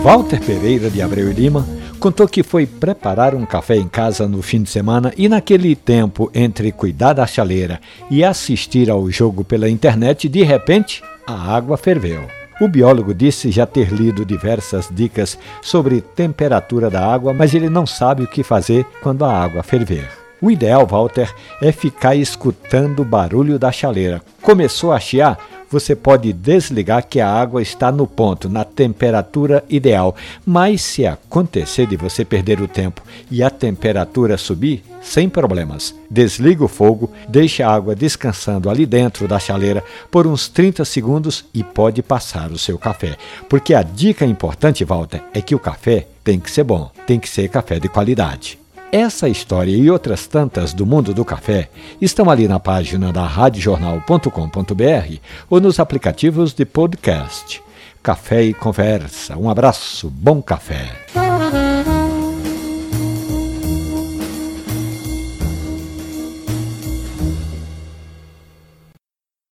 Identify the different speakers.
Speaker 1: Walter Pereira de Abreu e Lima contou que foi preparar um café em casa no fim de semana e naquele tempo entre cuidar da chaleira e assistir ao jogo pela internet, de repente, a água ferveu. O biólogo disse já ter lido diversas dicas sobre temperatura da água, mas ele não sabe o que fazer quando a água ferver. O ideal, Walter, é ficar escutando o barulho da chaleira. Começou a chiar? Você pode desligar que a água está no ponto, na temperatura ideal. Mas se acontecer de você perder o tempo e a temperatura subir, sem problemas. Desliga o fogo, deixa a água descansando ali dentro da chaleira por uns 30 segundos e pode passar o seu café. Porque a dica importante, Walter, é que o café tem que ser bom, tem que ser café de qualidade. Essa história e outras tantas do mundo do café estão ali na página da radiojornal.com.br ou nos aplicativos de podcast. Café e Conversa. Um abraço, bom café.